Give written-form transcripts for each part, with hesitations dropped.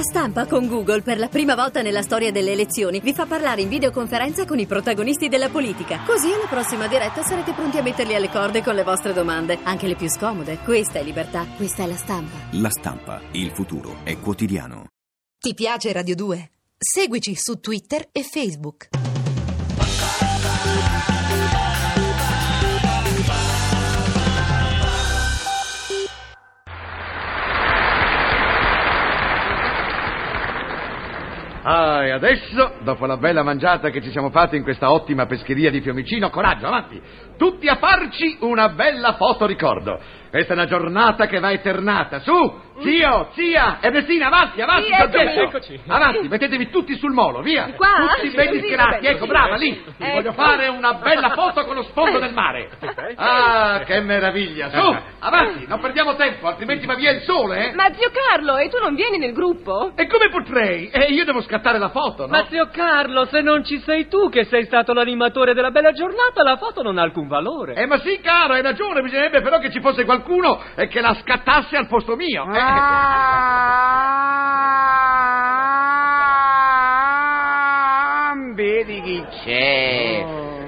Stampa con Google, per la prima volta nella storia delle elezioni, vi fa parlare in videoconferenza con i protagonisti della politica. Così alla prossima diretta sarete pronti a metterli alle corde con le vostre domande, anche le più scomode. Questa è libertà, questa è La Stampa. La Stampa, il futuro è quotidiano. Ti piace Radio 2? Seguici su Twitter e Facebook. Ah, e adesso, dopo la bella mangiata che ci siamo fatti in questa ottima pescheria di Fiumicino, coraggio, avanti! Tutti a farci una bella foto ricordo. Questa è una giornata che va eternata. Su, zio, zia, Ernestina, avanti, Sì, eccoci. Avanti, mettetevi tutti sul molo, via. Qua? Tutti belli Così, schierati, vabbè, ecco, così. brava, lì. Ecco. Voglio fare una bella foto con lo sfondo del mare. Ah, che meraviglia. Su, avanti, non perdiamo tempo, altrimenti va via il sole, eh. Ma zio Carlo, e tu non vieni nel gruppo? E come potrei? Io devo scattare la foto, no? Ma zio Carlo, se non ci sei tu che sei stato l'animatore della bella giornata, la foto non ha alcun valore. Ma sì, caro, hai ragione, bisognerebbe però che ci fosse qualcuno che la scattasse al posto mio. Vedi chi c'è?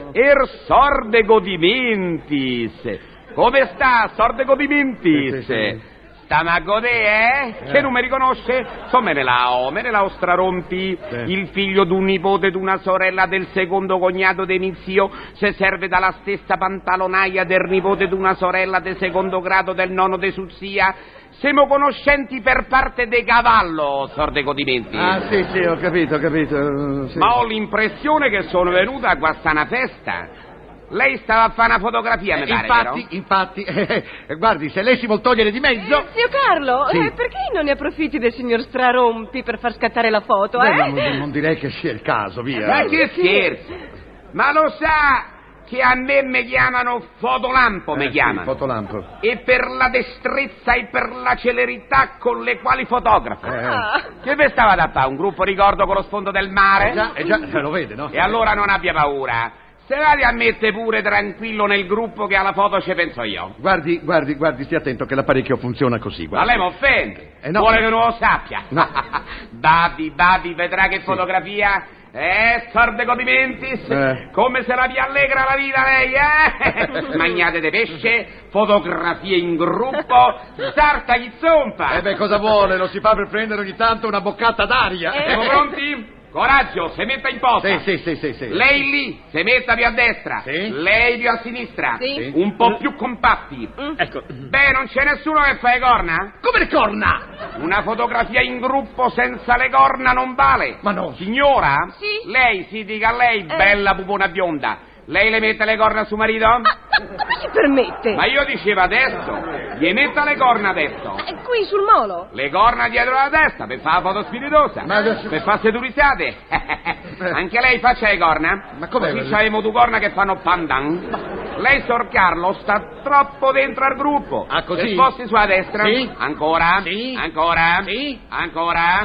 Sorde Godimentis. Come sta, Sorde Godimentis? Sì. Stiamo a godere, Che non mi riconosce? Me ne la strarompi, il figlio d'un nipote d'una sorella del secondo cognato de mio zio, se serve dalla stessa pantalonaia del nipote d'una sorella del secondo grado del nonno de su zia. Siamo conoscenti per parte de cavallo, Sorde Godimenti. Ah, sì, ho capito, sì. Ma ho l'impressione che sono venuta a guastare una festa. Lei stava a fare una fotografia, mi pare, Infatti, guardi, se lei si vuol togliere di mezzo... Zio Carlo, Sì. perché non ne approfitti del signor Strarompi per far scattare la foto, Non direi che sia il caso, via. Ma che scherzi! Ma lo sa che a me chiamano fotolampo, mi chiamano. Sì, fotolampo. E per la destrezza e per la celerità con le quali fotografo. Che vi stava da fare? Un gruppo ricordo con lo sfondo del mare? Già, lo vede, no? E allora non abbia paura. Se vadi a mettere pure tranquillo nel gruppo che alla foto ci penso io. Guardi, stia attento che l'apparecchio funziona così, Ma guardi. lei mi offende. No. Vuole che non lo sappia. No. Babi, vedrà che fotografia. Sorde Godimentis. Come se la vi allegra la vita lei, Magnate de pesce, fotografie in gruppo, sarta gli zompa. Cosa vuole? Lo si fa per prendere ogni tanto una boccata d'aria. Siamo pronti? Coraggio, se metta in posta. Sì. Lei lì, se metta più a destra. Sì. Lei più a sinistra. Sì. Un po' più compatti. Ecco. Beh, non c'è nessuno che fa le corna? Come le corna? Una fotografia in gruppo senza le corna non vale. Ma no. Signora? Sì? Lei, si dica a lei, bella pupona bionda. Lei le mette le corna a suo marito? Come si permette? Ma io dicevo adesso. Gli metta le corna adesso. Qui sul molo? Le corna dietro la testa per fare la foto spiritosa. Ma adesso- Per fare sedurizzate. Anche lei faccia le corna? Ma com'è? Così c'avemo due corna che fanno pandan. Lei, Sor Carlo, sta troppo dentro al gruppo. Ah, così? Se sposti sulla destra. Sì. Ancora. Sì. Ancora. Sì. Ancora.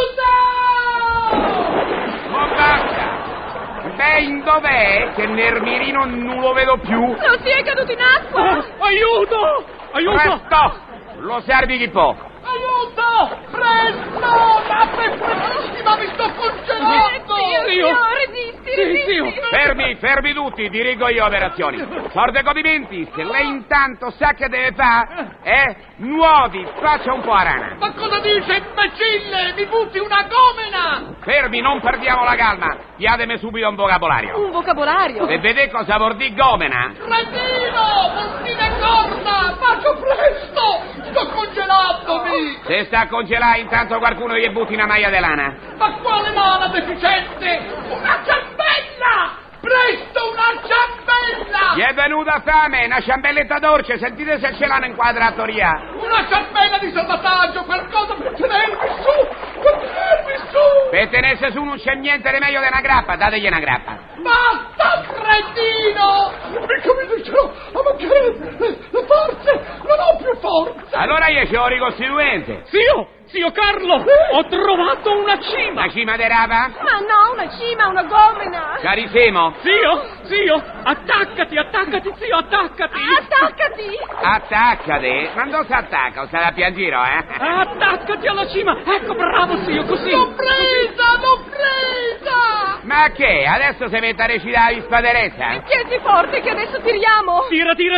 Aiuto! Ma basta. Beh, dov'è? Che nel mirino non lo vedo più. Non si è caduto in acqua? Aiuto! Presto! Lo servi chi può. Aiuto! Presto! Ma mi sto congelando! Resisti! Fermi tutti, dirigo io operazioni. Sorde Godimenti, se lei intanto sa che deve fare, nuoti, faccia un po' a rana. Ma cosa dice, imbecille? Mi butti una gomena! Fermi, non perdiamo la calma. Diatemi subito un vocabolario. Un vocabolario? E vedete cosa vuol dire gomena? Cretino! Vuol dire corna! Faccio presto! Sto congelandomi! Se sta a congelare, intanto qualcuno gli butti una maglia di lana. Ma quale lana deficiente? Una ciambella! Presto, una ciambella! Gli è venuta fame, una ciambelletta dolce, sentite se ce l'hanno in quadratoria. Una ciambella di salvataggio, qualcosa per tenermi su! Per tenermi su! Per tenersi su non c'è niente di meglio di una grappa, dategli una grappa. Basta, cretino! Mi cominciano a mancare le forze! Non ho più forze! Allora io c'ho ricostituente. Zio, Zio Carlo, ho trovato una cima! La cima di rapa? Ma no, una cima, una gomena. Carissimo. Zio, attaccati, zio, attaccati! Attaccati. Attaccati? Ma non si attacca, o sarà più in giro, Attaccati alla cima! Ecco, bravo, zio, così! L'ho presa! Ma che? Adesso si mette a recitare la spaderessa? Tienti forte che adesso tiriamo. Tira! Tira.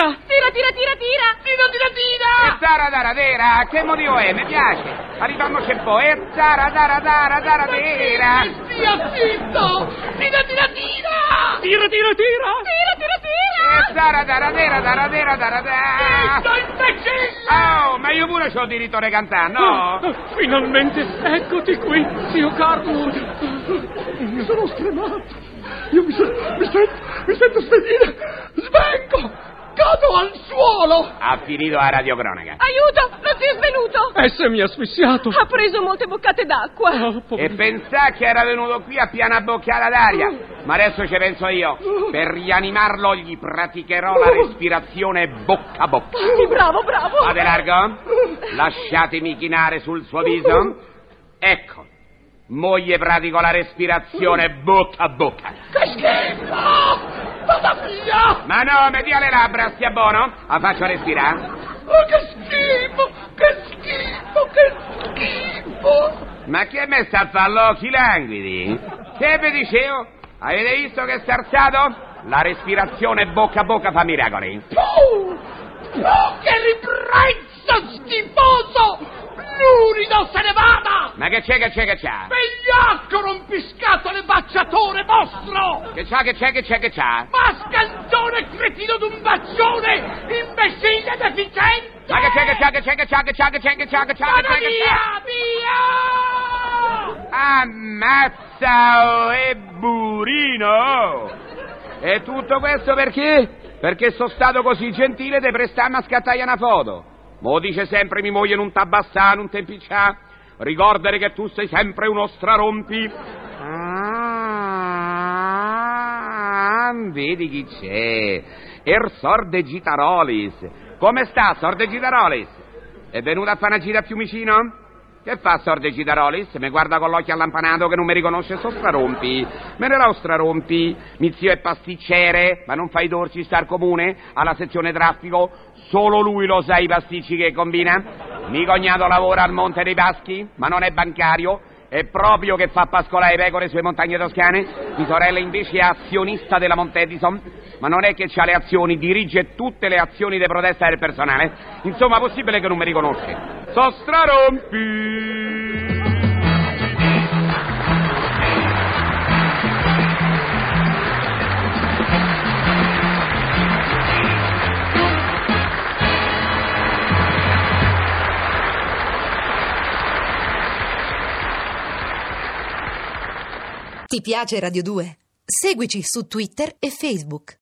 E zara, che motivo è? Mi piace. Arriviamoci un po'. E zara, tera. Stia zitto. Tira. E zara, tera. Oh, ma io pure c'ho diritto di cantare, no? Finalmente, eccoti qui, zio Carlo! Mi sono stremato. Io mi sento svenire. Svengo. Cado al suolo. Ha finito la radiocronaca. Aiuto, lo zio è svenuto. Esse mi ha asfissiato! Ha preso molte boccate d'acqua. E pensà che era venuto qui a piana boccata d'aria. Ma adesso ci penso io. Per rianimarlo gli praticherò la respirazione bocca a bocca. Sì, bravo. Fate largo. Lasciatemi chinare sul suo viso. Ecco. Moglie pratico la respirazione bocca a bocca. Che schifo. Vada via. Ma no, mi dia le labbra, stia buono. La faccio respirare. Oh, che schifo. Ma che me sta a fare l'occhi languidi? Che vi dicevo? Avete visto che scherzato? La respirazione bocca a bocca fa miracoli. Che ribrezzo schifoso. L'urido se ne vada. Ma che c'è? Vigliacco rompiscato le baciatore vostro. Che c'ha? Mascalzone cretino d'un bacione. Imbecille deficiente. Ma che c'è? Via. Ammazza, e burino! E tutto questo perché? Perché sono stato così gentile di prestarmi a scattare una foto. Mo dice sempre mi moglie non t'abbassà, non t'empiccià. Ricordare che tu sei sempre uno strarompi. Vedi chi c'è? Sorde Gitarolis. Come sta, Sorde Gitarolis? È venuta a fare una gira a Fiumicino? Che fa, Sorde Gitarolis? Mi guarda con l'occhio allampanato che non mi riconosce, so strarompi. Me ne la strarompi. Mi zio è pasticcere, ma non fa i dorsi star comune alla sezione traffico. Solo lui lo sa i pasticci che combina. Mi cognato lavora al Monte dei Paschi, ma non è bancario. È proprio che fa pascolare pecore sulle montagne toscane. Mia sorella invece è azionista della Montedison, ma non è che c'ha le azioni, dirige tutte le azioni di protesta del personale. Insomma, possibile che non mi riconosce. So strarompi. Ti piace Radio 2? Seguici su Twitter e Facebook.